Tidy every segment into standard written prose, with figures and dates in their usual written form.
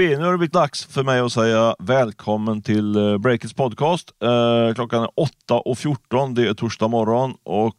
Hej, nu har det blivit dags för mig att säga välkommen till Breakits podcast. Klockan är 8:14, det är torsdag morgon och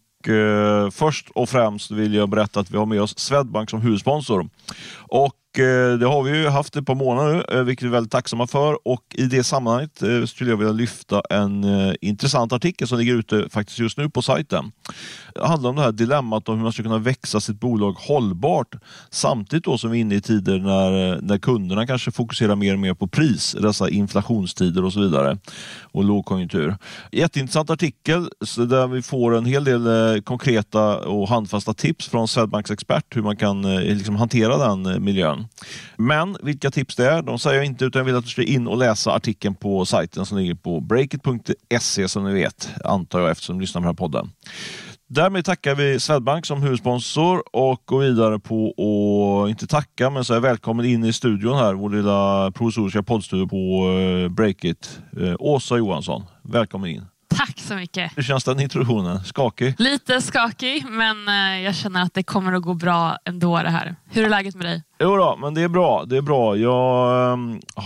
först och främst vill jag berätta att vi har med oss Swedbank som huvudsponsor. Och det har vi ju haft ett par månader nu, vilket vi är väldigt tacksamma för. Och i det sammanhanget skulle jag vilja lyfta en intressant artikel som ligger ute faktiskt just nu på sajten. Det handlar om det här dilemmat om hur man ska kunna växa sitt bolag hållbart samtidigt då som vi är inne i tider när kunderna kanske fokuserar mer och mer på pris, dessa inflationstider och så vidare och lågkonjunktur. Jätteintressant artikel så där vi får en hel del konkreta och handfasta tips från Swedbanks expert hur man kan liksom hantera den miljön. Men vilka tips det är, de säger jag inte, utan jag vill att du ska in och läsa artikeln på sajten som ligger på breakit.se som ni vet, antar jag eftersom du lyssnar på den här podden. Därmed tackar vi Swedbank som huvudsponsor och går vidare på och inte tacka men så är välkommen in i studion här, vår lilla provisoriska poddstudio på Breakit. Åsa Johansson, välkommen in. Tack så mycket. Hur känns den introduktionen? Skakig? Lite skakig, men jag känner att det kommer att gå bra ändå det här. Hur är läget med dig? Jo då, men det är bra. Det är bra. Jag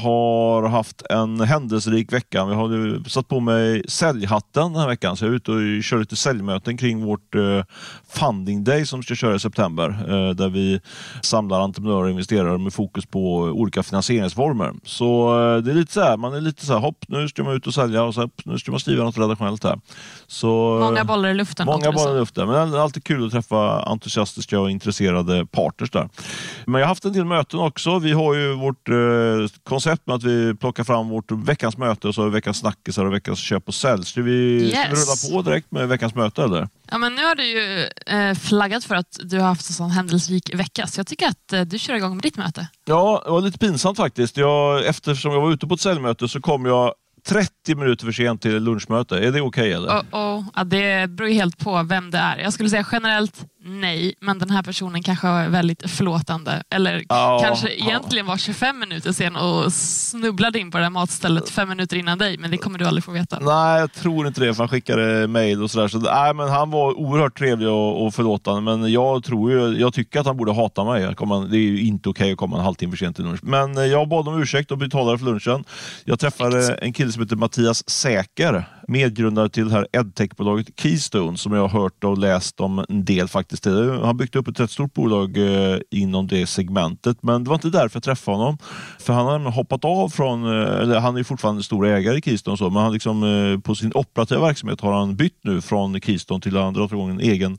har haft en händelserik vecka. Jag har ju satt på mig säljhatten den här veckan. Så jag är ute och kör lite säljmöten kring vårt funding day som ska köra i september. Där vi samlar entreprenörer och investerare med fokus på olika finansieringsformer. Så det är lite så här, man är lite så här, hopp, nu ska man ut och sälja och så, nu ska man skriva något redaktionellt här. Så, många bollar i luften. Många bollar i luften. Men det är alltid kul att träffa entusiastiska och intresserade partners där. Men jag har haft en del möten också. Vi har ju vårt koncept med att vi plockar fram vårt veckans möte och så veckans snackisar och veckans köp och sälj. Ska vi rulla på direkt med veckans möte eller? Ja, men nu har du ju flaggat för att du har haft en sån händelserik vecka. Så jag tycker att du kör igång med ditt möte. Ja, det var lite pinsamt faktiskt. Eftersom jag var ute på ett säljmöte så kom jag 30 minuter för sent till lunchmöte. Är det okej eller? Ja, det beror ju helt på vem det är. Jag skulle säga generellt nej, men den här personen kanske är väldigt förlåtande. Eller kanske egentligen var 25 minuter sen och snubblade in på det här matstället 5 minuter innan dig, men det kommer du aldrig få veta. Nej, jag tror inte det, för han skickade mejl och sådär. Så, nej, men han var oerhört trevlig och förlåtande, men jag tycker att han borde hata mig. Det är ju inte okej att komma en halvtimme för sent till lunch. Men jag bad om ursäkt och betalade för lunchen. Jag träffade en kille som heter Mattias Säker, medgrundare till det här edtech-bolaget Keystone, som jag har hört och läst om en del faktiskt. Han har byggt upp ett rätt stort bolag inom det segmentet, men det var inte därför jag träffade honom. För han har hoppat av från, eller han är fortfarande stor ägare i Keystone så, men han liksom, på sin operativa verksamhet har han bytt nu från Keystone till att dra igång en egen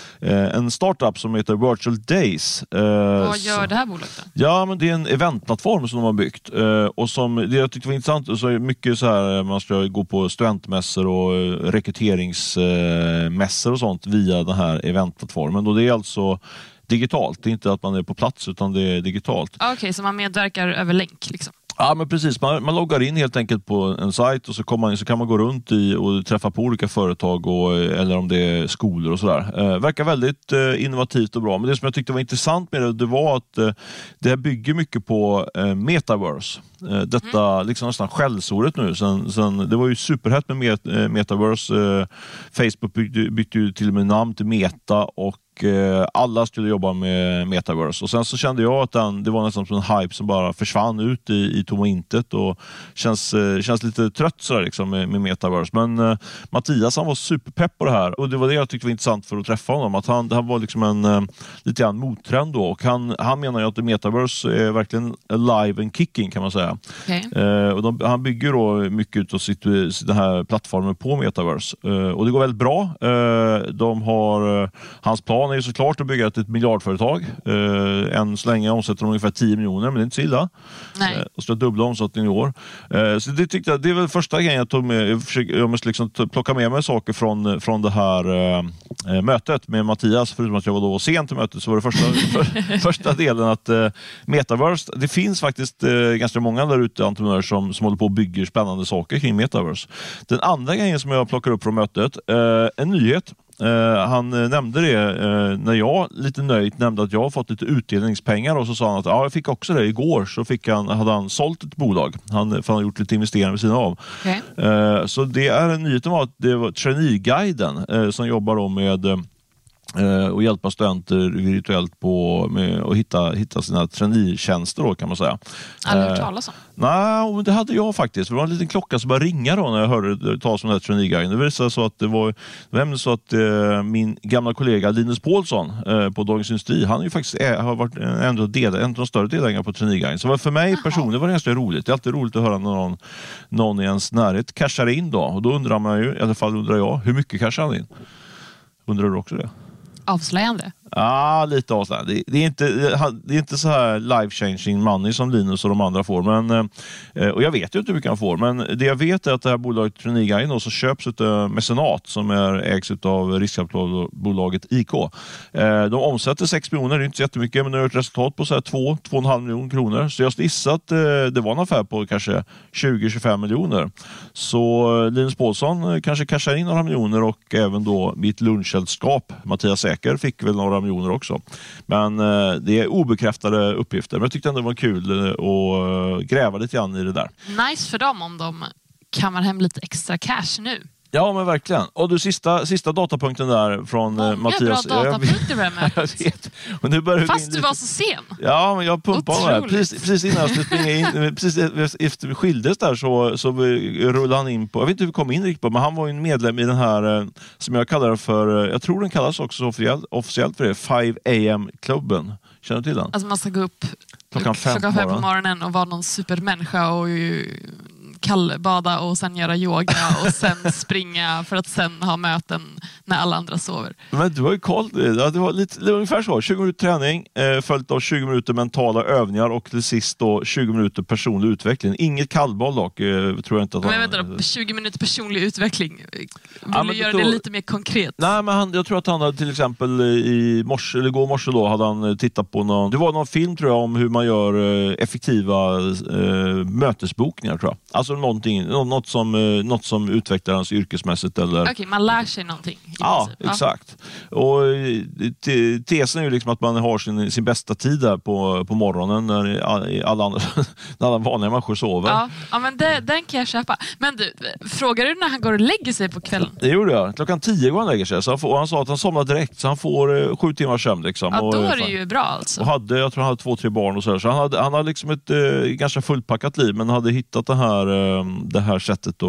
en startup som heter Virtual Days. Vad gör det här bolaget då? Ja, men det är en eventplattform som de har byggt. Och som det jag tyckte var intressant, så är mycket så här, man ska gå på studentmässor och rekryteringsmässor och sånt via den här eventplattformen. Och det är alltså digitalt. Det är inte att man är på plats utan det är digitalt. Okej, så man medverkar över länk liksom? Ja, men precis. Man loggar in helt enkelt på en sajt och så kan man gå runt i och träffa på olika företag eller om det är skolor och sådär. Verkar väldigt innovativt och bra. Men det som jag tyckte var intressant med det var att det här bygger mycket på metaverse. Detta liksom nästan skällsordet nu. Sen, det var ju superhett med metaverse. Facebook bytte ju till och med namn till Meta och alla skulle jobba med metaverse. Och sen så kände jag att det var nästan som en hype som bara försvann ut i tomma intet och känns lite trött så där, liksom, med metaverse. Men Mattias, han var superpepp på det här och det var det jag tyckte var intressant för att träffa honom, att han var liksom en lite grann mottrend då, och han menar ju att metaverse är verkligen alive and kicking, kan man säga. Okay. Och han bygger då mycket av den här plattformen på metaverse och det går väldigt bra. Hans plan är ju såklart att bygga ett miljardföretag. Än så länge omsätter de ungefär 10 miljoner, men det är inte så illa. Och så dubbla omsättningen i år. Så det tyckte jag, det är väl första grejen jag tog med. Jag måste liksom plocka med mig saker från det här mötet med Mattias. Förutom att jag var då sent till mötet, så var det första delen att metaverse, det finns faktiskt ganska många där ute entreprenörer som håller på och bygger spännande saker kring metaverse. Den andra grejen som jag plockar upp från mötet, en nyhet. Han nämnde det när jag lite nöjt nämnde att jag har fått lite utdelningspengar, och så sa han att jag fick också det igår, så hade han sålt ett bolag. Han har gjort lite investeringar vid sidan av. Okay. Så det är en nyhet om att det var Trainee-guiden som jobbar då med och hjälpa studenter virtuellt med att hitta sina traineetjänster då, kan man säga. Aldrig hört talas om. Nej, men det hade jag faktiskt. Det var en liten klocka som började ringa då när jag hörde talas om den här trainee-guiden. Det visade så att det var så att min gamla kollega Linus Paulsson på Dagens Industri, han är ju faktiskt har varit en av de större delägarna på trainee-guiden. Så för mig personligen var det ganska roligt. Det är alltid roligt att höra när någon i ens närhet cashar in då. Och då undrar man ju, i alla fall undrar jag, hur mycket cashar han in? Undrar du också det? Avslöjande. Ja, lite avslöjande. Det är inte så här life-changing money som Linus och de andra får. Men, och jag vet ju inte hur mycket han får. Men det jag vet är att det här bolaget Trainee-guiden så köps av Mecenat som ägs av riskkapitalbolaget IK. De omsätter 6 miljoner, det är inte så jättemycket, men de har ett resultat på 2,5 miljoner kronor. Så jag gissar att det var en affär på kanske 20-25 miljoner. Så Linus Paulsson kanske cashar in några miljoner och även då mitt lunchsällskap Mattias Säker fick väl några miljoner också. Men det är obekräftade uppgifter. Men jag tyckte ändå det var kul att gräva lite grann i det där. Nice för dem om de kammar hem lite extra cash nu. Ja, men verkligen. Och du, sista datapunkten där från Mattias. Många bra datapunkter med mötet. Och nu fast du var så sen. Ja, men jag pumpade det. Precis innan jag skulle springa in, precis efter vi skildes där så rullade han in på, jag vet inte hur vi kom in riktigt på, men han var ju en medlem i den här, som jag kallar för, jag tror den kallas också officiellt för det, 5 AM-klubben. Känner du till den? Alltså man ska gå upp klockan 5 på morgonen och vara någon supermänniska och kallbada och sen göra yoga och sen springa för att sen ha möten när alla andra sover. Men du har ju koll. Det var ungefär så. 20 minuter träning följt av 20 minuter mentala övningar och till sist då 20 minuter personlig utveckling. Inget kallbad dock, tror jag inte att men vänta då, 20 minuter personlig utveckling. Vill du göra det lite mer konkret? Nej, men jag tror att han hade till exempel i morse då hade han tittat på det var någon film tror jag om hur man gör effektiva mötesbokningar tror jag. Alltså något som utvecklar hans yrkesmässigt eller... Okej, man lär sig någonting. Ja, exakt. Och tesen är ju liksom att man har sin bästa tid där på morgonen när alla vanliga människor sover. Ja, men den kan jag köpa. Men du, frågar du när han går och lägger sig på kvällen? Det gjorde jag. Klockan 10 går han och lägger sig. Och han sa att han somnar direkt så han får 7 timmars sömn liksom. Ja, då är det ju bra alltså. Och jag tror han hade 2-3 barn och så han hade liksom ett ganska fullpackat liv men hade hittat det här sättet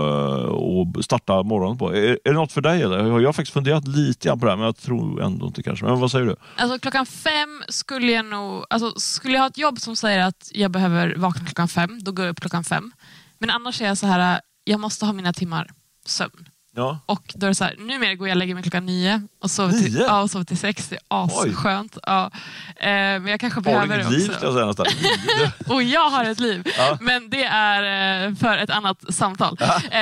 att starta morgonen på. Är det något för dig eller? Jag har faktiskt funderat lite grann på det här, men jag tror ändå inte kanske. Men vad säger du? Alltså klockan 5 skulle jag nog... Alltså skulle jag ha ett jobb som säger att jag behöver vakna klockan 5, då går jag upp klockan 5. Men annars är jag så här, jag måste ha mina timmar sömn. Ja. Och då är det så här, numera går jag och lägger mig klockan 9 och sover till 6. Det är asskönt. Ja. Men jag kanske behöver det också. Liv, jag säga, och jag har ett liv. Ja. Men det är för ett annat samtal.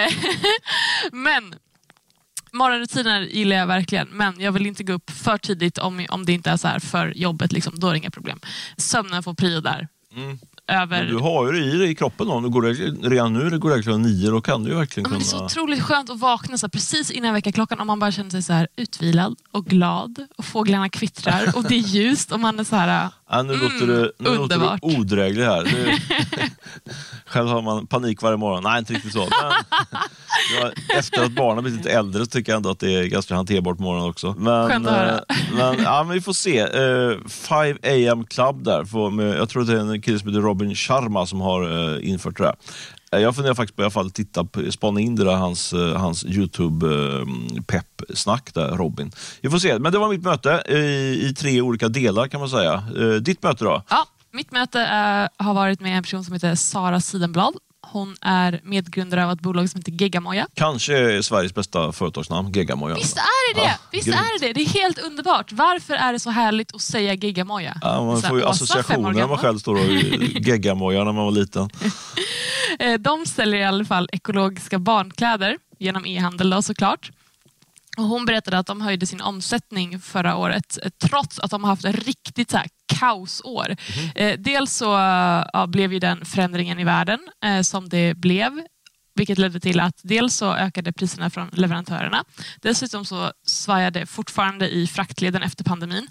Men morgonrutiner gillar jag verkligen. Men jag vill inte gå upp för tidigt om det inte är så här för jobbet. Liksom, då är det inga problem. Sömnen får prio där. Men du har ju det i dig i kroppen om du går redan nu det går klockan 9 då kan du ju verkligen kunna... Det är så otroligt skönt att vakna så här, precis innan väckarklockan om man bara känner sig så här utvilad och glad och fåglarna kvittrar och det är ljust och man är så här nu låter det odräglig här. Själv har man panik varje morgon. Nej, inte riktigt så. Men efter att barnen blivit lite äldre så tycker jag ändå att det är ganska hanterbart på morgonen också. Skönt att höra. Men vi får se. 5 AM Club där. Jag tror att det är en kille som heter Robin Sharma som har infört det där. Jag funderar faktiskt på i alla fall spana in det där hans YouTube-pepp-snack där, Robin. Vi får se, men det var mitt möte i 3 olika delar kan man säga. Ditt möte då? Ja, mitt möte har varit med en person som heter Sara Sidenblad. Hon är medgrundare av ett bolag som heter Geggamoja. Kanske Sveriges bästa företagsnamn, Geggamoja. Visst är det det? Ja, visst är det. Det är helt underbart. Varför är det så härligt att säga Geggamoja? Ja, man får ju associationer när man själv står och Geggamoja när man var liten. De säljer i alla fall ekologiska barnkläder genom e-handel då, såklart. Och hon berättade att de höjde sin omsättning förra året trots att de har haft ett riktigt så här kaosår. Dels så blev ju den förändringen i världen som det blev, vilket ledde till att dels så ökade priserna från leverantörerna. Dessutom så svajade fortfarande i fraktleden efter pandemin.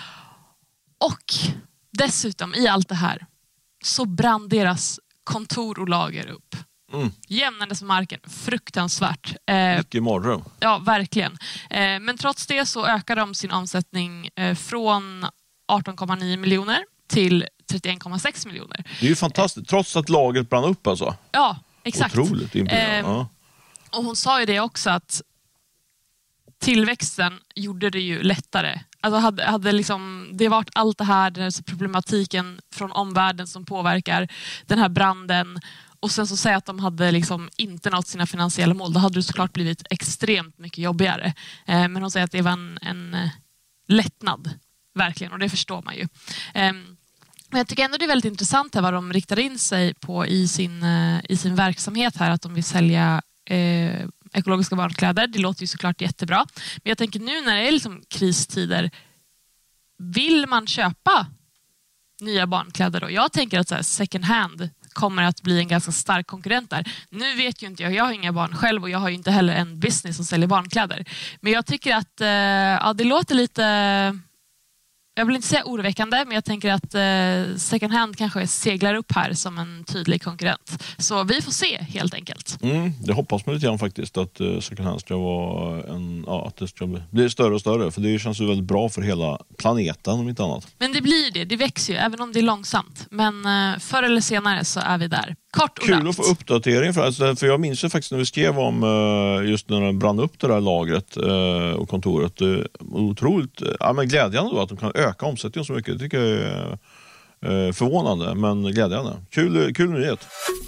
Och dessutom i allt det här så brann deras kontor och lager upp. Jämnades med marken. Fruktansvärt. Mycket mardröm. Ja, verkligen. Men trots det så ökar de sin omsättning från 18,9 miljoner till 31,6 miljoner. Det är ju fantastiskt. Trots att laget brann upp alltså. Ja, exakt. Otroligt imponerande. Och hon sa ju det också att tillväxten gjorde det ju lättare. Alltså hade liksom, det varit allt det här, den här problematiken från omvärlden som påverkar den här branden, och sen så säga att de hade liksom inte nått sina finansiella mål, då hade det såklart blivit extremt mycket jobbigare. Men hon säger att det var en lättnad, verkligen, och det förstår man ju. Men jag tycker ändå det är väldigt intressant här vad de riktar in sig på i sin verksamhet här, att de vill sälja ekologiska barnkläder. Det låter ju såklart jättebra. Men jag tänker nu när det är liksom kristider, vill man köpa nya barnkläder då? Jag tänker att så här, second hand kommer att bli en ganska stark konkurrent där. Nu vet ju inte jag har inga barn själv och jag har ju inte heller en business som säljer barnkläder. Men jag tycker att det låter lite, jag vill inte säga oroväckande, men jag tänker att second hand kanske seglar upp här som en tydlig konkurrent. Så vi får se helt enkelt. Det hoppas man lite grann faktiskt, att second hand ska vara att det ska bli större och större. För det känns ju väldigt bra för hela planeten om inte annat. Men det blir det växer ju, även om det är långsamt. Men förr eller senare så är vi där. Kort och kul att få uppdatering, för jag minns ju faktiskt när vi skrev om just när de brann upp det där lagret och kontoret. Otroligt glädjande då att de kan öka omsättningen så mycket. Det tycker jag är förvånande, men glädjande. Kul nyhet.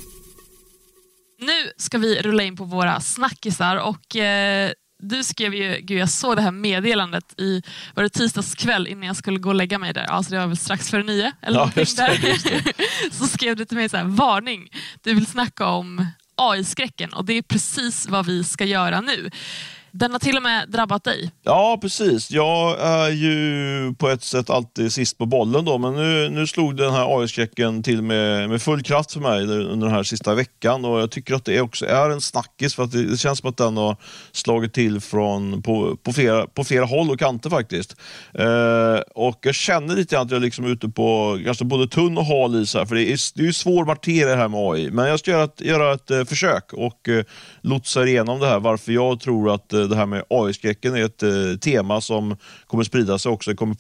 Nu ska vi rulla in på våra snackisar, och du skrev ju, jag såg det här meddelandet var det tisdagskväll innan jag skulle gå och lägga mig där. Alltså det var väl strax före 9 eller någonting där. Så skrev du till mig så här: varning, du vill snacka om AI-skräcken, och det är precis vad vi ska göra nu. Den har till och med drabbat dig. Ja, precis. Jag är ju på ett sätt alltid sist på bollen då, men nu slog den här AI-skräcken till med full kraft för mig under den här sista veckan, och jag tycker att det också är en snackis, för att det känns som att den har slagit till på flera håll och kanter faktiskt. Och jag känner lite att jag liksom är ute på ganska både tunn och hal is här, för det är ju svår materia det här med AI, men jag ska göra ett försök och lotsa igenom det här, varför jag tror att det här med AI-skräcken är ett tema som kommer sprida sig också. Det kommer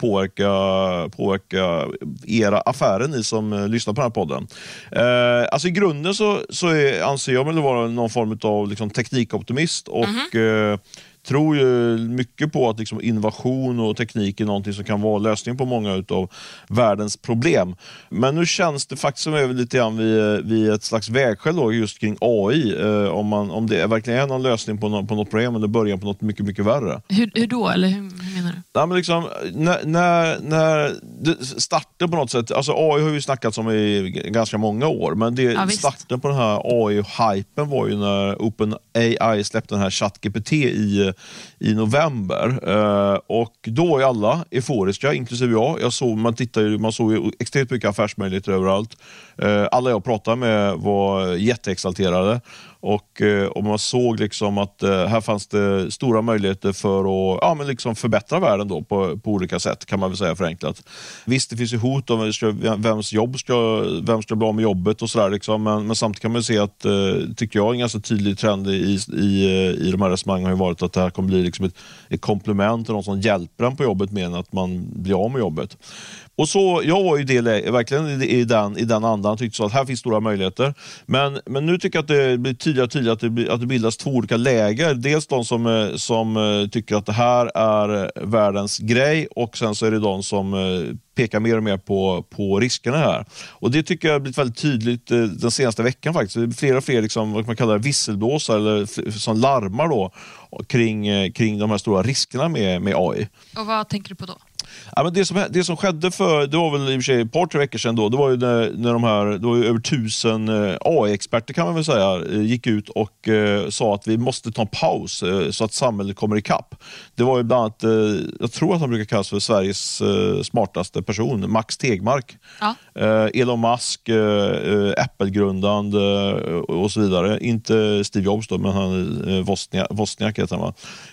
påverka era affärer, ni som lyssnar på den här podden. Alltså i grunden så anser jag mig vara någon form av liksom teknikoptimist, och tror ju mycket på att liksom innovation och teknik är någonting som kan vara lösning på många av världens problem. Men nu känns det faktiskt som är lite grann vid ett slags vägskäl då, just kring AI. Om det verkligen är någon lösning på något problem, eller början på något mycket, mycket värre. Hur då? Eller hur menar du? Nej, men liksom, när starten på något sätt, alltså AI har ju snackats om i ganska många år, men starten på den här AI-hypen var ju när OpenAI släppte den här ChatGPT i november, och då är alla euforiska, inklusive jag. Man såg ju extremt mycket affärsmöjligheter överallt. Alla jag pratade med var jätteexalterade, och man såg liksom att här fanns det stora möjligheter för att liksom förbättra världen då på olika sätt, kan man väl säga förenklat. Visst, det finns ju hot om vem ska bli av med jobbet och sådär liksom, men samtidigt kan man se att, tycker jag, en ganska tydlig trend i de här resonemangen har ju varit att det här kommer bli liksom ett komplement till någon som hjälper en på jobbet mer än att man blir av med jobbet. Och så, jag var ju verkligen i den andan, tyckte så att här finns stora möjligheter. Men nu tycker jag att det blir tydligare att det bildas två olika läger. Dels de som tycker att det här är världens grej, och sen så är det de som pekar mer och mer på riskerna här. Och det tycker jag har blivit väldigt tydligt den senaste veckan faktiskt. Det är fler och fler liksom, vad man kallar visselblåsare, eller som larmar då kring de här stora riskerna med AI. Och vad tänker du på då? Ja, men det som skedde det var väl i och för sig ett par, 3 veckor sedan då. Det var ju när det var ju över 1000 AI-experter, kan man väl säga, gick ut och sa att vi måste ta en paus så att samhället kommer ikapp. Det var ju bland annat, jag tror att han brukar kallas för Sveriges smartaste person, Max Tegmark. Ja. Elon Musk, Apple-grundande och så vidare. Inte Steve Jobs då, men han Wozniak heter han, va?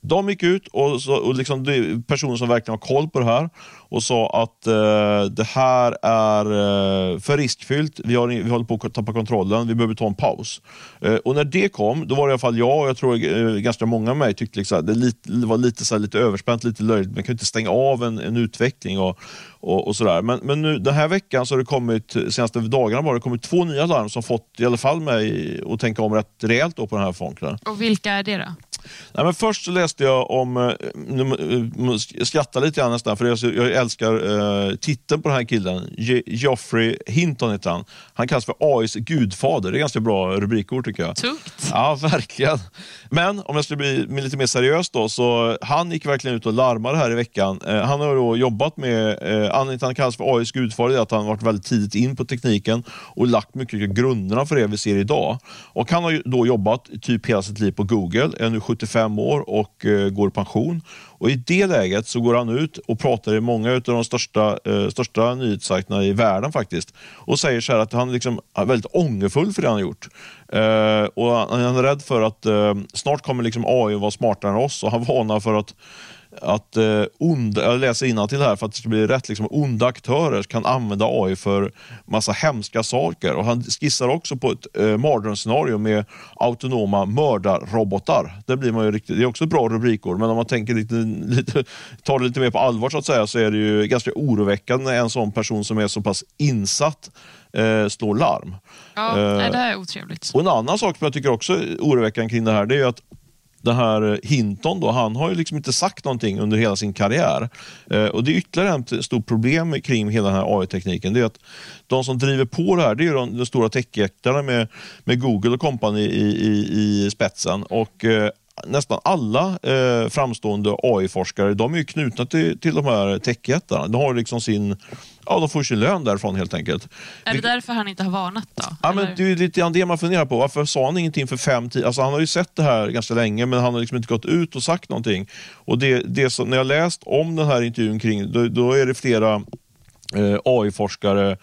De gick ut och liksom personer som verkligen har koll på det här och sa att det här är för riskfyllt, vi håller på att tappa kontrollen, vi behöver ta en paus. Och när det kom, då var det i alla fall jag och jag tror ganska många av mig tyckte liksom, det var lite överspänt, lite löjligt, man kan inte stänga av en utveckling och sådär. Men nu den här veckan så har det kommit, senaste dagarna var det kommit 2 nya larm som fått i alla fall mig att tänka om rätt rejält då på den här funktionen. Och vilka är det då? Nej, men först så läste jag om, jag skrattar lite grann nästan för jag älskar titeln på den här killen, Geoffrey Hinton heter han. Han kallas för AIs gudfader, det är ganska bra rubrikord tycker jag. Tungt. Ja, verkligen. Men om jag ska bli lite mer seriös då, så han gick verkligen ut och larmade här i veckan. Han har då jobbat med, han kallas för AIs gudfader, att han varit väldigt tidigt in på tekniken och lagt mycket av grunderna för det vi ser idag. Och han har då jobbat typ hela sitt liv på Google, är nu 75 år och går i pension. Och i det läget så går han ut och pratar i många av de största nyhetssajterna i världen faktiskt. Och säger så här att han liksom är väldigt ångerfull för det han har gjort. Och han är rädd för att snart kommer liksom AI att vara smartare än oss. Och han varnar för att jag läser innantill här för att det ska bli rätt, liksom onda aktörer kan använda AI för massa hemska saker, och han skissar också på ett mardrömsscenario med autonoma mördarrobotar. Det blir man ju riktigt, det är också ett bra rubrikord, men om man tänker tar det lite mer på allvar så att säga, så är det ju ganska oroväckande när en sån person som är så pass insatt slår larm. Ja, det här är otrevligt. Och en annan sak som jag tycker också är oroväckande kring det här, det är ju att den här Hinton då, han har ju liksom inte sagt någonting under hela sin karriär. Och det är ytterligare ett stort problem kring hela den här AI-tekniken. Det är att de som driver på det här, det är ju de stora techjättarna med Google och company i spetsen. Och nästan alla framstående AI-forskare, de är ju knutna till de här techjättarna. De har liksom de får sin lön därifrån helt enkelt. Är det därför han inte har varnat då? Ja, men det är ju lite grann det man funderar på. Varför sa han ingenting för 5-10? Alltså han har ju sett det här ganska länge, men han har liksom inte gått ut och sagt någonting. Och det som, när jag läst om den här intervjun kring, då är det flera AI-forskare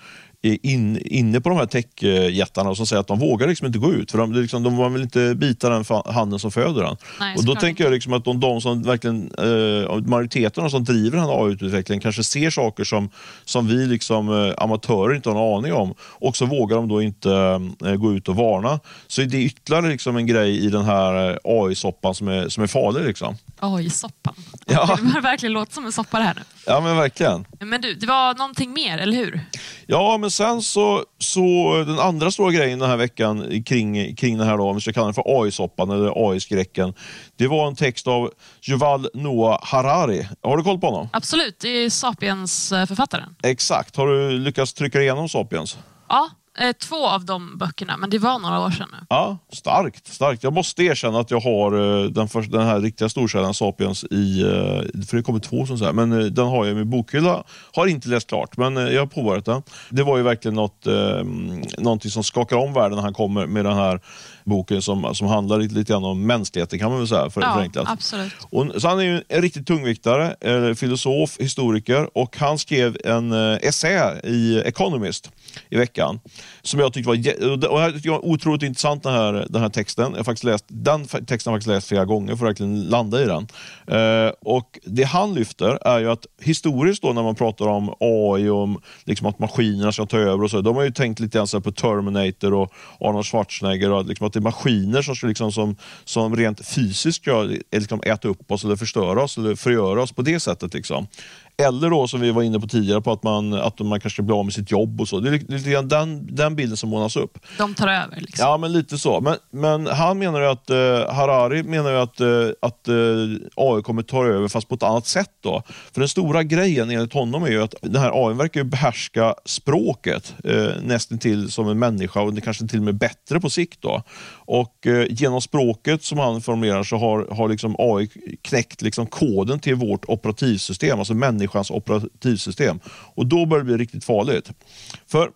inne på de här techjättarna som säger att de vågar liksom inte gå ut, för de vill inte bita den handen som föder den. Nej, och då tänker jag liksom att de som verkligen majoriteten som driver den här AI-utvecklingen kanske ser saker som vi liksom amatörer inte har en aning om, och så vågar de då inte gå ut och varna. Så det är ytterligare liksom en grej i den här AI-soppan som är farlig liksom. AI-soppan. Ja. Det var verkligen låter som en soppa det här nu. Ja, men verkligen. Men du, det var någonting mer, eller hur? Ja, men sen så den andra stora grejen den här veckan kring den här då, om vi ska kalla den för AI-soppan eller AI-skräcken, det var en text av Yuval Noah Harari. Har du koll på honom? Absolut, det är Sapiens-författaren. Exakt. Har du lyckats trycka igenom Sapiens? Ja, 2 av de böckerna, men det var några år sedan nu. Ja, starkt. Jag måste erkänna att jag har den här riktiga storkällan Sapiens för det kommer 2 som så här, men den har jag i min bokhylla. Har inte läst klart, men jag har påbörjat den. Det var ju verkligen någonting som skakar om världen när han kommer med den här boken som handlar lite grann om mänskligheten, kan man väl säga, förenklat. Ja, absolut. Så han är ju en riktigt tungviktare, filosof, historiker, och han skrev en essä i Economist i veckan som jag tyckte var otroligt intressant, den här texten. Den texten har jag faktiskt läst flera gånger för att verkligen landa i den. Och det han lyfter är ju att historiskt då, när man pratar om AI och om liksom att maskinerna ska ta över och så, de har ju tänkt lite grann på Terminator och Arnold Schwarzenegger, och liksom att det är maskiner som ska liksom som rent fysiskt ska liksom äta upp oss eller förstöra oss eller förgöra oss på det sättet liksom. Eller då, som vi var inne på tidigare, på att man kanske blir av med sitt jobb och så. Det är lite grann den bilden som målas upp. De tar över liksom. Ja, men lite så. Men han menar ju att Harari menar ju att AI kommer ta över, fast på ett annat sätt då. För den stora grejen enligt honom är ju att den här AI verkar ju behärska språket nästan till som en människa, och det kanske till och med bättre på sikt då. Och genom språket som han formulerar så har liksom AI knäckt liksom koden till vårt operativsystem, alltså människans operativsystem. Och då börjar det bli riktigt farligt. För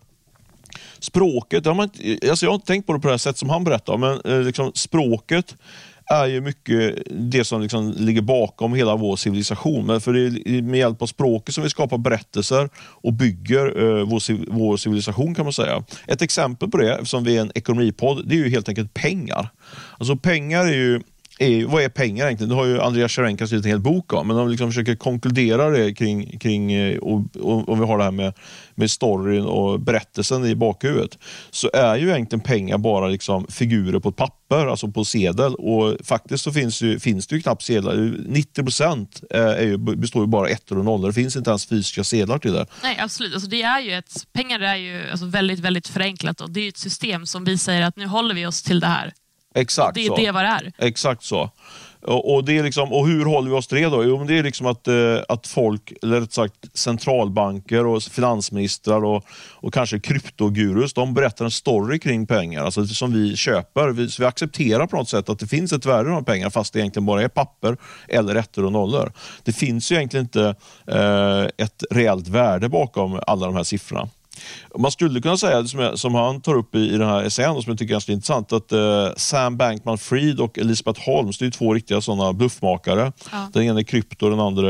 språket, jag har inte tänkt på det på det här sätt som han berättar, men liksom, språket är ju mycket det som liksom ligger bakom hela vår civilisation. Men för det är med hjälp av språket som vi skapar berättelser och bygger vår civilisation, kan man säga. Ett exempel på det, som vi är en ekonomipodd, det är ju helt enkelt pengar. Alltså pengar är ju vad är pengar egentligen? Det har ju Andreas Sharenka skrivit en hel bok om, men de liksom försöker konkludera det kring och vi har det här med storyn och berättelsen i bakhuvudet, så är ju egentligen pengar bara liksom figurer på ett papper, alltså på sedel, och faktiskt så finns det ju knappt sedlar. 90% består ju bara ettor och nollor. Det finns inte ens fysiska sedlar till det. Nej, absolut. Alltså pengar är ju alltså väldigt, väldigt förenklat, och det är ju ett system som vi säger att nu håller vi oss till det här. Exakt, det är vad det är. Exakt så. Och det är liksom, och hur håller vi oss till det då? Jo, men det är liksom att folk, eller rätt sagt centralbanker och finansministrar och kanske kryptogurus, de berättar en story kring pengar, alltså som vi köper. Så vi accepterar på något sätt att det finns ett värde av pengar, fast det egentligen bara är papper eller ettor och nollor. Det finns ju egentligen inte ett reellt värde bakom alla de här siffrorna. Man skulle kunna säga, som han tar upp i den här essän, som jag tycker är ganska intressant, att Sam Bankman-Fried och Elizabeth Holmes, det är två riktiga sådana bluffmakare. Ja. Den ena är krypto, den andra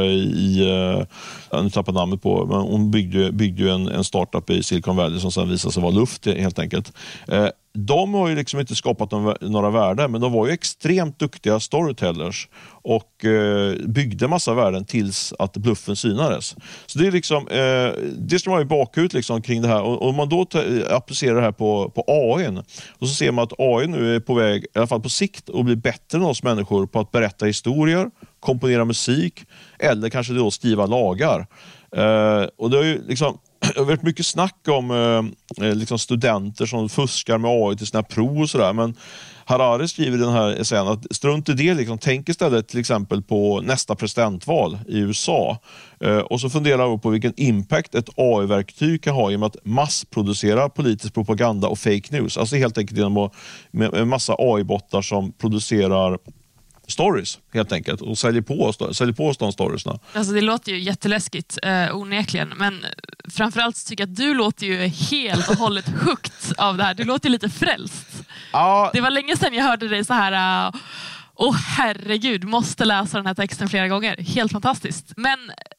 nu tappar namnet på, men hon byggde ju en startup i Silicon Valley som sen visade sig vara luft helt enkelt. De har ju liksom inte skapat några värden, men de var ju extremt duktiga storytellers och byggde massa värden tills att bluffen synades. Så det är liksom det ska man ju bakut liksom kring det här, och om man då applicerar det här på AI, och så ser man att AI nu är på väg, i alla fall på sikt, att bli bättre än oss människor på att berätta historier, komponera musik eller kanske då skriva lagar. Och det är ju liksom det har varit mycket snack om liksom studenter som fuskar med AI till sina prov och sådär, men Harari skriver i den här essän att strunt i det, liksom, tänk istället till exempel på nästa presidentval i USA, och så funderar vi på vilken impact ett AI-verktyg kan ha genom att massproducera politisk propaganda och fake news, alltså helt enkelt genom med en massa AI-bottar som producerar stories helt enkelt och säljer på oss de storiesna. Alltså det låter ju jätteläskigt, onekligen, men framförallt tycker jag att du låter ju helt och hållet hooked av det här. Du låter lite frälst. Ja. Det var länge sedan jag hörde dig så här, herregud, måste läsa den här texten flera gånger. Helt fantastiskt. Men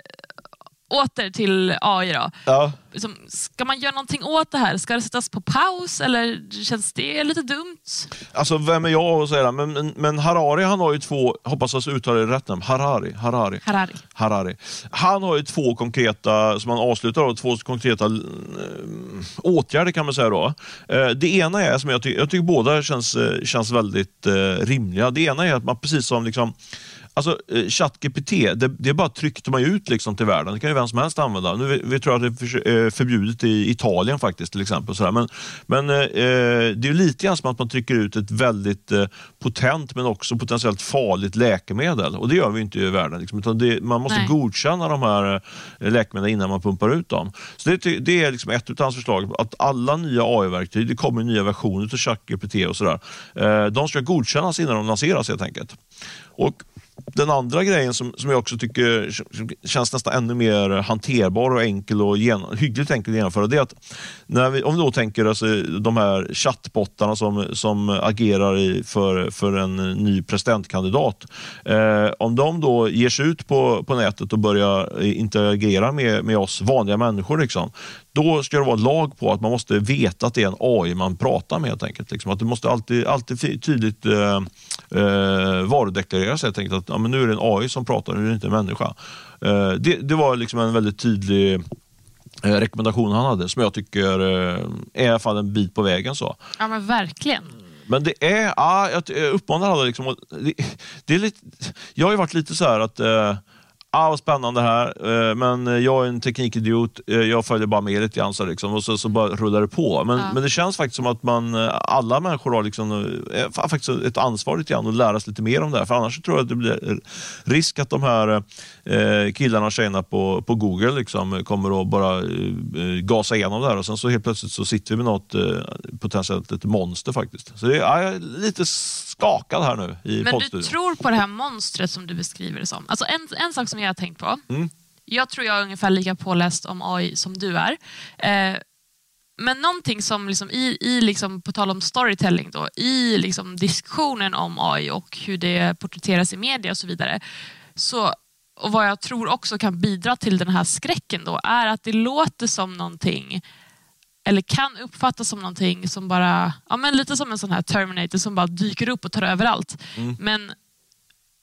åter till AI då. Ja. Ska man göra någonting åt det här? Ska det sättas på paus eller känns det lite dumt? Alltså vem är jag att säga det? Men Harari, han har ju två, hoppas jag uttalar det rätt namn. Harari. Han har ju två konkreta, som han avslutar då, två konkreta åtgärder kan man säga då. Det ena är, som jag tycker båda känns väldigt rimliga. Det ena är att man precis som liksom, alltså ChatGPT, det är bara tryckte man ut liksom till världen. Det kan ju vem som helst använda. Nu vi tror att det är förbjudet i Italien faktiskt till exempel. Men det är ju lite grann som att man trycker ut ett väldigt potent men också potentiellt farligt läkemedel. Och det gör vi inte i världen. Liksom, utan man måste godkänna de här läkemedlen innan man pumpar ut dem. Så det är liksom ett av hans förslag. Att alla nya AI-verktyg, det kommer nya versioner till ChatGPT och sådär. De ska godkännas innan de lanseras helt enkelt. Och den andra grejen som jag också tycker känns nästan ännu mer hanterbar och enkel och hyggligt enkel att genomföra, det är att om vi då tänker alltså, de här chattbottarna som agerar för en ny presidentkandidat, om de då ger sig ut på nätet och börjar interagera med oss vanliga människor liksom, då ska det vara lag på att man måste veta att det är en AI man pratar med helt enkelt. Liksom. Att det måste alltid tydligt varudeklareras helt enkelt. Att men nu är det en AI som pratar, nu är det inte en människa. Det var liksom en väldigt tydlig rekommendation han hade, som jag tycker är i alla fall en bit på vägen. Så. Ja men verkligen. Men det är, jag uppmanar alla liksom, det är lite, jag har ju varit lite så här att vad spännande här, men jag är en teknikidiot, jag följer bara med lite grann så liksom, och så bara rullar det på. Men det känns faktiskt som att alla människor har liksom, faktiskt ett ansvar lite grann att lära sig lite mer om det här, för annars tror jag att det blir risk att de här killarna och tjejerna på Google liksom kommer att bara gasa igenom det här, och sen så helt plötsligt så sitter vi med något potentiellt ett monster faktiskt. Så jag är lite skakad här nu i poddstudion. Men du tror på det här monstret som du beskriver det som. Alltså en sak som jag har tänkt på. Jag tror jag är ungefär lika påläst om AI som du är. Men någonting som liksom i liksom, på tal om storytelling då, i liksom diskussionen om AI och hur det porträtteras i media och så vidare. Och vad jag tror också kan bidra till den här skräcken då, är att det låter som någonting, eller kan uppfattas som någonting som bara, ja men lite som en sån här Terminator som bara dyker upp och tar över allt. Men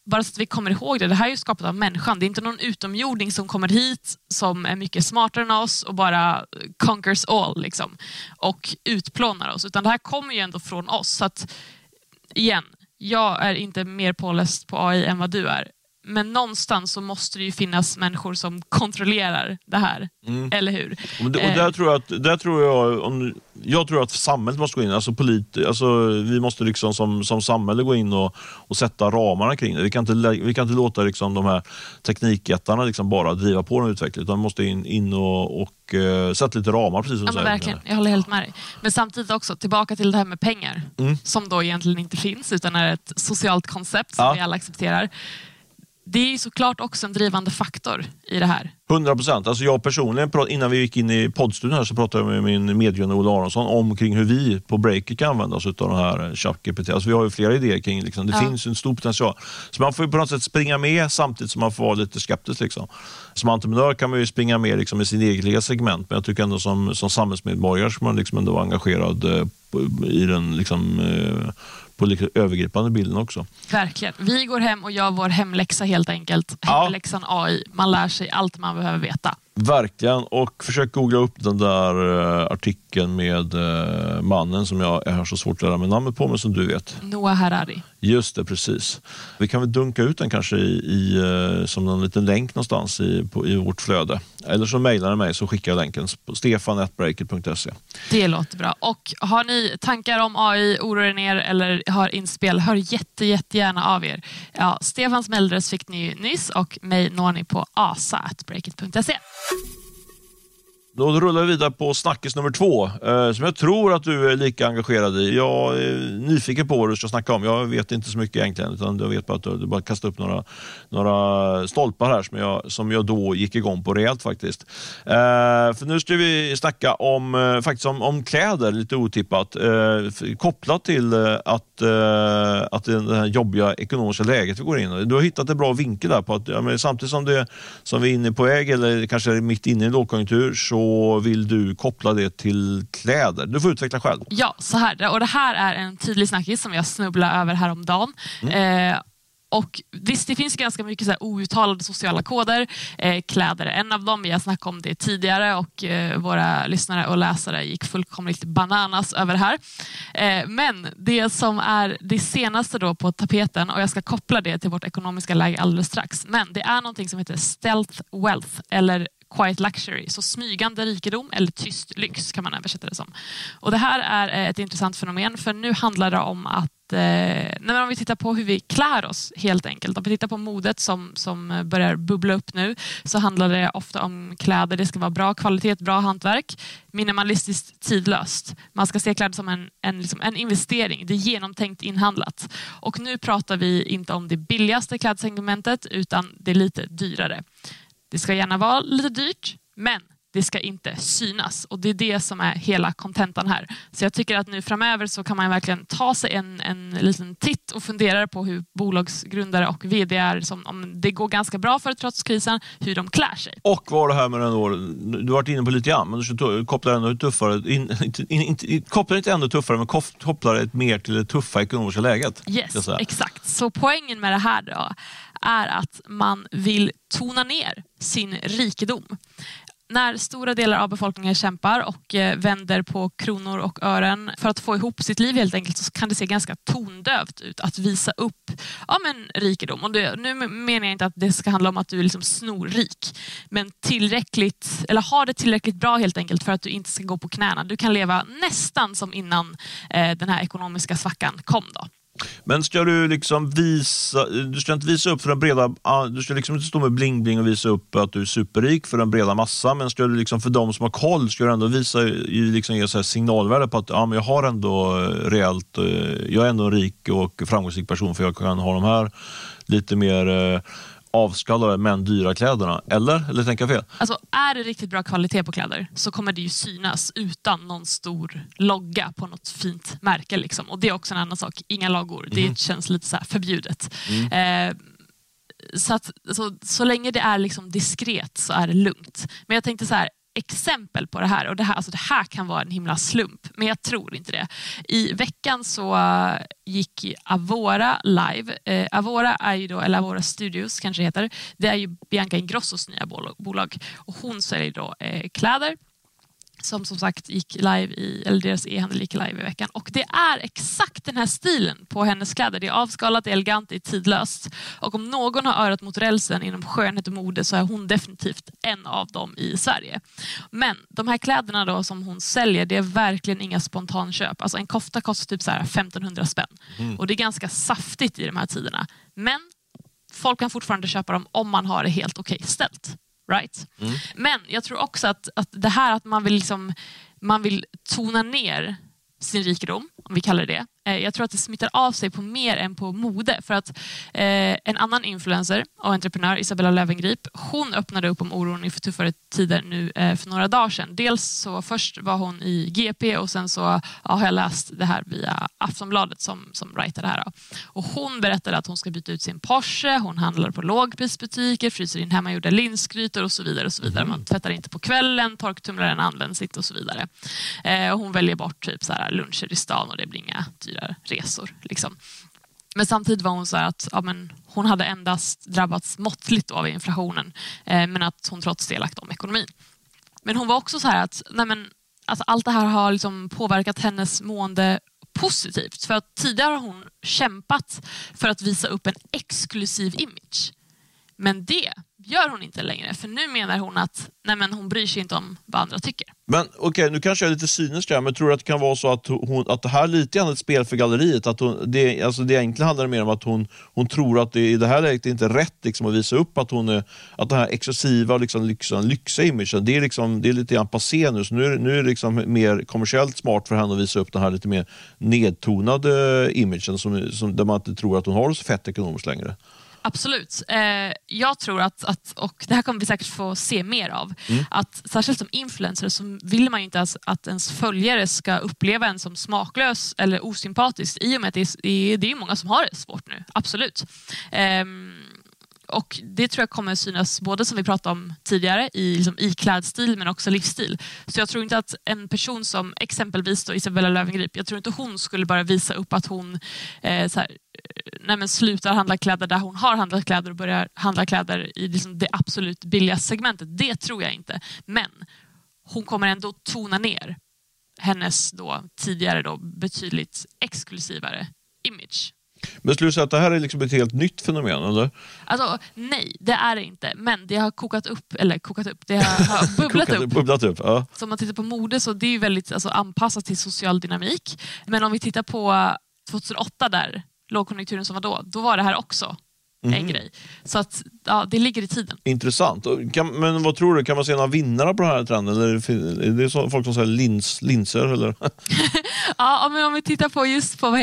bara så att vi kommer ihåg det här är ju skapat av människan. Det är inte någon utomjording som kommer hit som är mycket smartare än oss och bara conquers all liksom, och utplånar oss. Utan det här kommer ju ändå från oss. Så att, igen, jag är inte mer påläst på AI än vad du är. Men någonstans så måste det ju finnas människor som kontrollerar det här. Eller hur? Och där tror jag tror att samhället måste gå in. Alltså vi måste liksom som samhälle gå in och sätta ramarna kring det. Vi kan inte låta liksom de här teknikjättarna liksom bara driva på den utvecklingen. Utan vi måste in och sätta lite ramar, precis som du säger. Verkligen, jag håller helt med dig. Men samtidigt också tillbaka till det här med pengar. Som då egentligen inte finns utan är ett socialt koncept som vi alla accepterar. Det är ju såklart också en drivande faktor i det här. 100%. Alltså jag personligen, innan vi gick in i poddstudion här så pratade jag med min medgrundare Ola Aronsson om kring hur vi på Breakit kan använda oss av den här ChatGPT. Alltså vi har ju flera idéer kring liksom. Det finns en stor potential. Så man får ju på något sätt springa med samtidigt som man får vara lite skeptisk. Liksom. Som entreprenör kan man ju springa med liksom, i sin egen segment, men jag tycker ändå som samhällsmedborgare ska man liksom ändå vara engagerad i den liksom, på lite övergripande bilden också. Verkligen. Vi går hem och gör vår hemläxa helt enkelt. Hemläxan AI. Man lär sig allt man behöver veta. Verkligen, och försök googla upp den där artikeln med mannen som jag har så svårt att lära mig namnet på, men som du vet. Noah Harari. Just det, precis. Vi kan väl dunka ut den kanske som en liten länk någonstans i vårt flöde. Eller så mejlar ni mig så skickar jag länken på stefan@breakit.se. Det låter bra. Och har ni tankar om AI, oroar ner eller har inspel, hör jättegärna av er. Ja, Stefans mejladress fick ni nyss och mig når ni på asa@breakit.se. Då rullar vi vidare på snackis nummer 2 som jag tror att du är lika engagerad i. Jag är nyfiken på vad du ska snacka om. Jag vet inte så mycket egentligen, utan jag vet bara att du bara kastar upp några stolpar här som jag då gick igång på rejält faktiskt. För nu ska vi snacka om kläder, lite otippat. Kopplat till att det här jobbiga ekonomiska läget vi går in i. Du har hittat en bra vinkel där på att samtidigt som vi är inne på väg eller kanske mitt inne i en lågkonjunktur så vill du koppla det till kläder. Du får utveckla själv. Ja, så här. Och det här är en tydlig snackis som jag snubblade över häromdagen. Och visst, det finns ganska mycket så här outtalade sociala koder. Kläder är en av dem. Vi har snackat om det tidigare och våra lyssnare och läsare gick fullkomligt bananas över det här. Men det som är det senaste då på tapeten, och jag ska koppla det till vårt ekonomiska läge alldeles strax. Men det är någonting som heter stealth wealth eller quiet luxury, så smygande rikedom eller tyst lyx kan man översätta det som. Och det här är ett intressant fenomen, för nu handlar det om att om vi tittar på hur vi klär oss helt enkelt, om vi tittar på modet som börjar bubbla upp nu, så handlar det ofta om kläder. Det ska vara bra kvalitet, bra hantverk, minimalistiskt, tidlöst. Man ska se kläder som en investering. Det är genomtänkt inhandlat. Och nu pratar vi inte om det billigaste klädsegmentet utan det är lite dyrare. Det ska gärna vara lite dyrt, men det ska inte synas. Och det är det som är hela kontentan här. Så jag tycker att nu framöver så kan man verkligen ta sig en liten titt och fundera på hur bolagsgrundare och vd:ar, som om det går ganska bra för trots krisen, hur de klär sig. Och vad det här med den då, du har varit inne på lite grann, men du ska koppla ännu tuffare, koppla inte ännu tuffare, men koppla det mer till det tuffa ekonomiska läget. Yes, exakt. Så poängen med det här då är att man vill tona ner sin rikedom. När stora delar av befolkningen kämpar och vänder på kronor och ören för att få ihop sitt liv helt enkelt, så kan det se ganska tondövt ut att visa upp rikedom. Och nu menar jag inte att det ska handla om att du är liksom snorrik, men tillräckligt, eller har det tillräckligt bra helt enkelt för att du inte ska gå på knäna. Du kan leva nästan som innan den här ekonomiska svackan kom då. Men ska du liksom du ska inte visa upp för den breda, du ska liksom inte stå med bling-bling och visa upp att du är superrik för den breda massa, men ska du liksom för de som har koll, ska du ändå visa, liksom ge så här signalvärde på att men jag har ändå reellt, jag är ändå en rik och framgångsrik person, för jag kan ha de här lite mer avskallade men dyra kläderna, eller tänker jag fel? Alltså, är det riktigt bra kvalitet på kläder så kommer det ju synas utan någon stor logga på något fint märke liksom. Och det är också en annan sak, inga loggor. Det känns lite så här förbjudet. Så länge det är liksom diskret så är det lugnt. Men jag tänkte så här, exempel på det här. Och det här kan vara en himla slump, men jag tror inte det. I veckan så gick Avora live. Avora är ju då, eller Avora Studios kanske heter. Det är ju Bianca Ingrossos nya bolag. Och hon säljer då kläder. Som sagt gick live eller deras e-handel gick live i veckan. Och det är exakt den här stilen på hennes kläder. Det är avskalat, det är elegant, det är tidlöst. Och om någon har örat mot rälsen inom skönhet och mode så är hon definitivt en av dem i Sverige. Men de här kläderna då som hon säljer, det är verkligen inga spontanköp. Alltså en kofta kostar typ så här 1500 spänn. Och det är ganska saftigt i de här tiderna. Men folk kan fortfarande köpa dem om man har det helt okej ställt. Right? Men jag tror också att det här att man vill tona ner sin rikedom, om vi kallar det. Jag tror att det smittar av sig på mer än på mode. För att en annan influencer och entreprenör, Isabella Löwengrip, hon öppnade upp om oron inför tuffare tider nu för några dagar sedan. Dels så först var hon i GP och sen så har jag läst det här via Aftonbladet som writer det här. Och hon berättade att hon ska byta ut sin Porsche, hon handlar på lågprisbutiker, fryser in hemmagjorda linsgrytor och så vidare och så vidare. Man tvättar inte på kvällen, torktumlaren används inte och så vidare. Och hon väljer bort typ så här luncher i stan och det blir inga dyra resor liksom. Men samtidigt var hon så här att hon hade endast drabbats måttligt av inflationen, men att hon trots det lagt om ekonomin. Men hon var också så här att allt det här har liksom påverkat hennes mående positivt, för att tidigare har hon kämpat för att visa upp en exklusiv image. Men det gör hon inte längre, för nu menar hon att hon bryr sig inte om vad andra tycker. Men okej, nu kanske jag är lite cynisk här, men tror du att det kan vara så att det här är lite grann ett spel för galleriet? Att det egentligen handlar mer om att hon tror att det i det här läget inte är rätt liksom, att visa upp att den här exklusiva lyxiga imagen, det är lite grann passé nu. Så nu är det liksom mer kommersiellt smart för henne att visa upp den här lite mer nedtonade imagen där man inte tror att hon har det så fett ekonomiskt längre. Absolut. Jag tror att, och det här kommer vi säkert få se mer av, att särskilt som influencer så vill man ju inte att ens följare ska uppleva en som smaklös eller osympatisk, i och med att det är många som har det svårt nu. Absolut. Och det tror jag kommer synas både som vi pratade om tidigare i klädstil men också livsstil. Så jag tror inte att en person som exempelvis då Isabella Löwengrip, jag tror inte hon skulle bara visa upp att hon slutar handla kläder där hon har handlat kläder och börjar handla kläder i det absolut billigaste segmentet. Det tror jag inte. Men hon kommer ändå tona ner hennes då tidigare då betydligt exklusivare image. Men skulle du säga att det här är liksom ett helt nytt fenomen, eller? Alltså, nej, det är det inte. Men det har kokat upp, det har bubblat upp. Ja. Så om man tittar på mode så det är ju väldigt anpassat till social dynamik. Men om vi tittar på 2008 där, lågkonjunkturen som var då var det här också en grej. Så att det ligger i tiden. Intressant. Men vad tror du, kan man se några vinnare på den här trenden? Eller är det så folk som säger linser? Eller? Ja, men om vi tittar på just på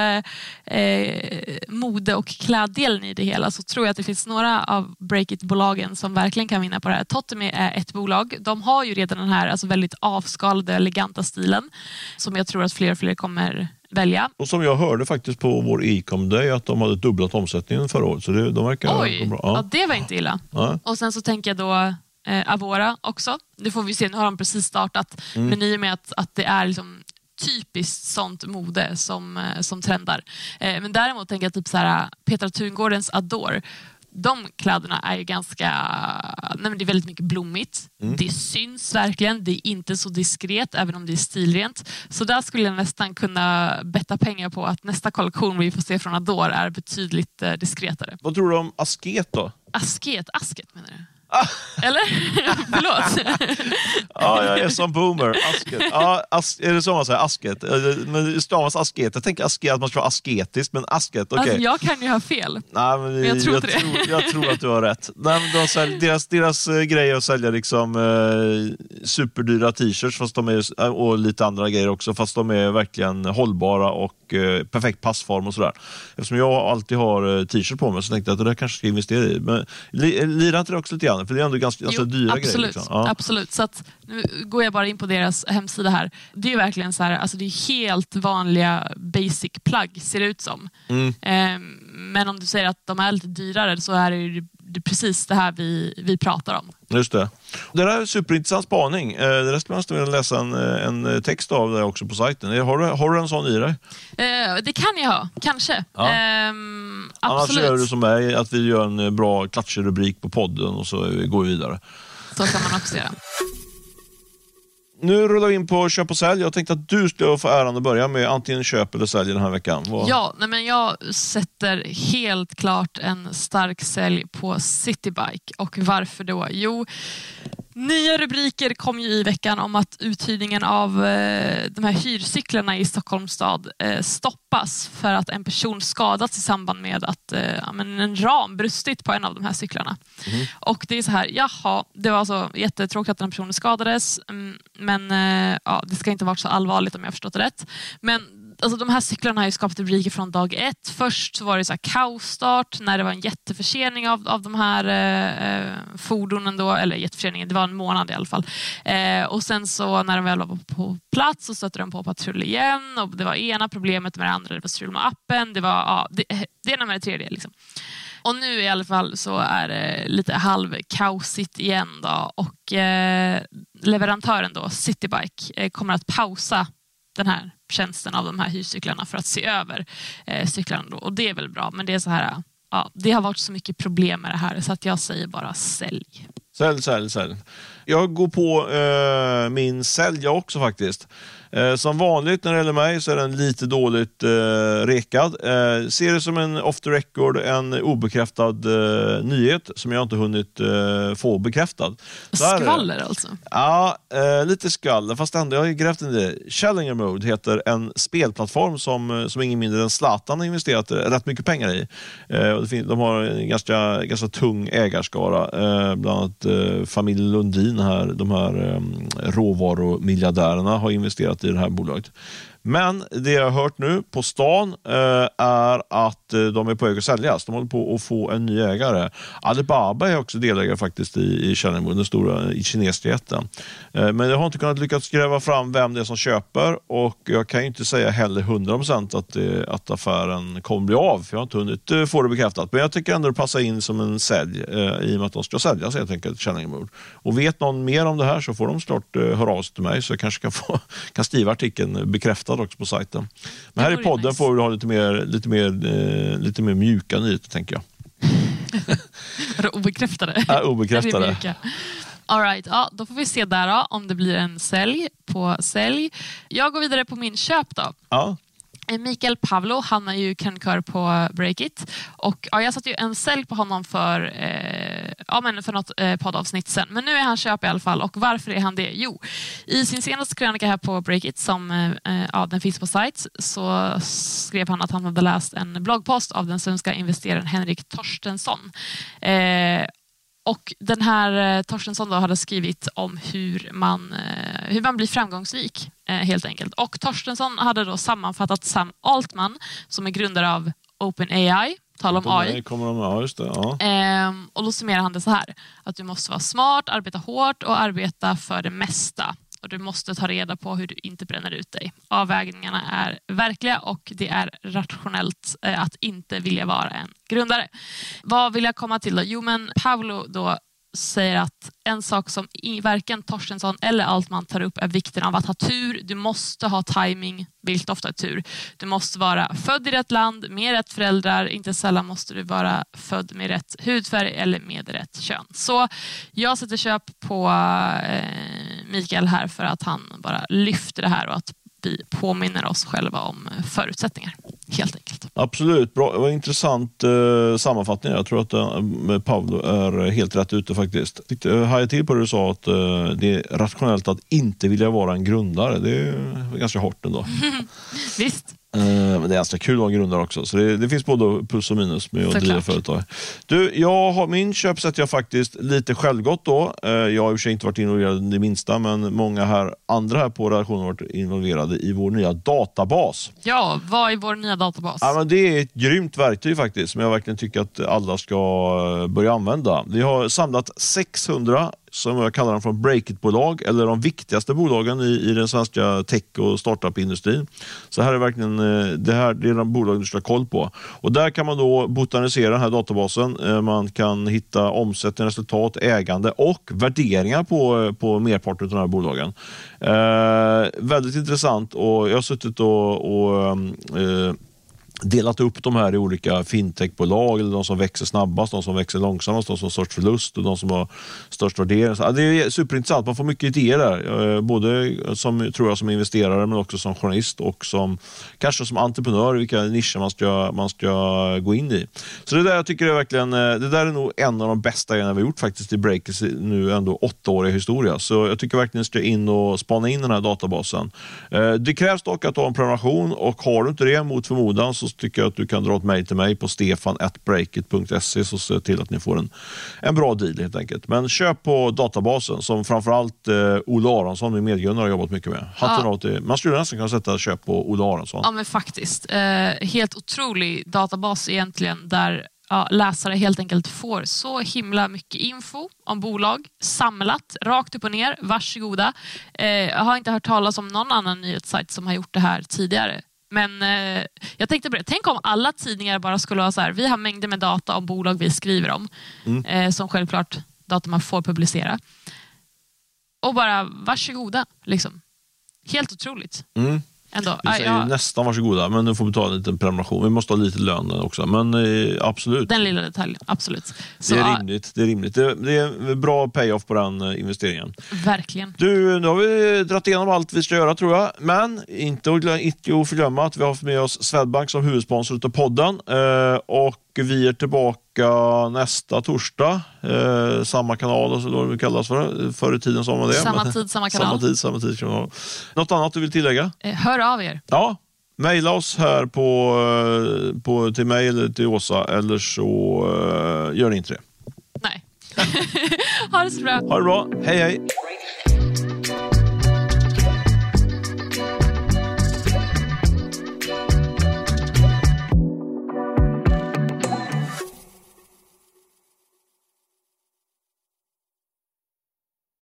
mode- och kläddelen i det hela, så tror jag att det finns några av Breakit-bolagen som verkligen kan vinna på det här. Totemi är ett bolag. De har ju redan den här väldigt avskalade, eleganta stilen som jag tror att fler och fler kommer välja. Och som jag hörde faktiskt på vår e-com day att de hade dubblat omsättningen förra året. Så de verkar gå bra. Ja, det var inte illa. Ja. Och sen så tänker jag då Avora också. Nu får vi se, nu har de precis startat. Men i och med att det är liksom typiskt sånt mode som trendar. Men däremot tänker jag typ så här, Petra Tungårdens Adore. De kläderna är ju ganska... det är väldigt mycket blommigt. Det syns verkligen. Det är inte så diskret, även om det är stilrent. Så där skulle jag nästan kunna betta pengar på att nästa kollektion vi får se från Adore är betydligt diskretare. Vad tror du om asket då? Asket menar du? Eller? Förlåt. Ja, jag är som boomer. Asket. Ja, är det så man säger? Asket. Men stavas asket. Jag tänker asket, att man ska vara asketisk, men asket, okej. Alltså, jag kan ju ha fel. Nej, men jag tror jag tror att du har rätt. Nej, men deras grej är att sälja liksom superdyra t-shirts fast och lite andra grejer också, fast de är verkligen hållbara och perfekt passform och sådär. Eftersom jag alltid har t-shirt på mig så tänkte jag att det där kanske ska investera i. Men lirar inte det också lite grann? För det är ändå ganska dyra absolut, grejer. Liksom. Ja. Absolut. Så att, nu går jag bara in på deras hemsida här. Det är verkligen så här, alltså det är helt vanliga basic plagg ser det ut som. Men om du säger att de är lite dyrare så är det det är precis det här vi pratar om. Just det. Det där är superintressant spaning. Det där skulle man vilja läsa en text av det också på sajten. Har du en sån i dig? Det kan jag ha, kanske. Ja. Annars gör du som mig, att vi gör en bra klatschig rubrik på podden och så går vi vidare. Så kan man också göra. Nu rullar vi in på köp och sälj. Jag tänkte att du skulle få äran att börja med antingen köp eller sälj den här veckan. Ja, men jag sätter helt klart en stark sälj på Citybike. Och varför då? Jo, nya rubriker kom ju i veckan om att uthyrningen av de här hyrcyklarna i Stockholms stad stoppas för att en person skadats i samband med att en ram brustit på en av de här cyklarna. Mm. Och det är så här, det var alltså jättetråkigt att den personen skadades, men det ska inte vara så allvarligt om jag har förstått det rätt. Men alltså, de här cyklarna har ju skapat rubriker från dag ett. Först så var det så här kaosstart när det var en jätteförsening av de här fordonen då, eller jätteförseningen, det var en månad i alla fall. Och sen så när de väl var på plats så stötte de på patrull igen, och det var ena problemet med det andra, det var strul med appen, det var det ena med det tredje liksom. Och nu i alla fall så är det lite halvkaosigt igen då, och leverantören då, Citybike, kommer att pausa den här tjänsten av de här hyrcyklarna för att se över cyklarna då. Och det är väl bra, men det är så här, det har varit så mycket problem med det här så att jag säger bara sälj. Sälj. Jag går på min sälj också faktiskt. Som vanligt när det gäller mig så är den lite dåligt rekad. Ser det som en off the record, en obekräftad nyhet som jag inte hunnit få bekräftad. Skvaller alltså? Ja, lite skvaller. Fast ändå, jag har grävt in det. Challenger Mode heter en spelplattform som ingen mindre än Zlatan har investerat rätt mycket pengar i. De har en ganska tung ägarskara. Bland annat familjen Lundin här, de här råvarumiljardärerna har investerat i det här bolaget. Men det jag har hört nu på stan är att de är på väg att säljas. De håller på att få en ny ägare. Alibaba är också delägare faktiskt i Challenger, den stora kinesjätten. Men jag har inte kunnat lyckas gräva fram vem det är som köper, och jag kan ju inte säga heller 100% att affären kommer bli av, för jag har inte hunnit få det bekräftat. Men jag tycker ändå det passar in som en sälj i och med att de ska säljas helt enkelt, Challenger. Och vet någon mer om det här så får de snart höra av sig till mig, så jag kanske kan skriva artikeln bekräftad också på sajten. Men här i podden nice. Får vi ha lite mer mjuka nyheter, tänker jag. Var det obekräftade? Ja, obekräftade. All right, då får vi se där då, om det blir en sälj på sälj. Jag går vidare på min köp då. Ja. Mikael Pavlo, han är ju krönikör på Breakit, och jag satt ju en sälj på honom för något poddavsnitt sen, men nu är han köp i alla fall. Och varför är han det? Jo, i sin senaste krönika här på Breakit, som den finns på sajt, så skrev han att han hade läst en bloggpost av den svenska investeraren Henrik Torstensson. Och den här Torstensson då hade skrivit om hur man blir framgångsrik helt enkelt. Och Torstensson hade då sammanfattat Sam Altman, som är grundare av OpenAI, tal om AI. Just det, ja. Och då summerar han det så här: att du måste vara smart, arbeta hårt och arbeta för det mesta. Och du måste ta reda på hur du inte bränner ut dig. Avvägningarna är verkliga och det är rationellt att inte vilja vara en grundare. Vad vill jag komma till då? Jo, men Pavlo då säger att en sak som varken Torstensson eller Altman tar upp är vikten av att ha tur. Du måste ha timing, vilket ofta är tur. Du måste vara född i rätt land, med rätt föräldrar. Inte sällan måste du vara född med rätt hudfärg eller med rätt kön. Så jag sätter köp på Mikael här för att han bara lyfter det här och att vi påminner oss själva om förutsättningar, helt enkelt. Absolut, bra. Det var en intressant sammanfattning. Jag tror att Pavlo är helt rätt ute faktiskt. Jag hajade till på det du sa, att det är rationellt att inte vilja vara en grundare. Det är ganska hårt ändå. Visst. Men det är ganska kul att vara grundare också. Så det finns både plus och minus med att driva företag. Du, min köp sätter jag faktiskt lite självgott då. Jag har i och för sig inte varit involverad i det minsta, men många andra här på redaktionen har varit involverade i vår nya databas. Ja, vad är vår nya databas? Ja, men det är ett grymt verktyg faktiskt, som jag verkligen tycker att alla ska börja använda. Vi har samlat 600 som jag kallar dem från Breakit-bolag, eller de viktigaste bolagen i den svenska tech- och startup-industrin. Så här är verkligen det är de bolagen du ska ha koll på. Och där kan man då botanisera den här databasen. Man kan hitta omsättning, resultat, ägande och värderingar på merparten av de här bolagen. Väldigt intressant, och jag har suttit och delat upp de här i olika fintechbolag, eller de som växer snabbast, de som växer långsammast, de som har störst förlust och de som har störst värdering. Så det är superintressant, man får mycket idéer där, både som investerare, men också som journalist och kanske som entreprenör, vilka nischer man ska gå in i. Så det där jag tycker är verkligen, det där är nog en av de bästa grejerna vi har gjort faktiskt i Breakit nu ändå 8-åriga historia. Så jag tycker verkligen ska in och spana in den här databasen. Det krävs dock att du har en prenumeration, och har du inte det mot förmodan, så tycker jag att du kan dra ett mejl till mig på stefan@breakit.se, så se till att ni får en bra deal helt enkelt. Men köp på databasen som framförallt Olle Aronsson, min medgrundare, har jobbat mycket med. Man skulle nästan kunna sätta köp på Olle Aronsson. Ja, men faktiskt. Helt otrolig databas egentligen, där läsare helt enkelt får så himla mycket info om bolag samlat, rakt upp och ner. Varsågoda. Jag har inte hört talas om någon annan nyhetssajt som har gjort det här tidigare. Men jag tänkte på det. Tänk om alla tidningar bara skulle ha så här: vi har mängder med data om bolag vi skriver om, som självklart data man får publicera. Och bara varsågoda, liksom. Helt otroligt. Ändå. Vi säger nästan varsågoda, men du får betala en liten prenumeration. Vi måste ha lite lön också, men absolut. Den lilla detaljen, absolut. Så, det är rimligt. Det är bra payoff på den investeringen. Verkligen. Du, nu har vi dratt igenom allt vi ska göra, tror jag. Men inte att förglömma att vi har med oss Swedbank som huvudsponsor av podden. Och vi är tillbaka nästa torsdag. Samma kanal, och så då det kallas förr i tiden som var det. Samma tid, samma kanal. Samma tid kanal. Något annat du vill tillägga? Hör av er. Ja, mejla oss här till mig eller till Åsa, eller så gör ni inte det. Nej. Ha det så bra. Ha det bra. Hej hej.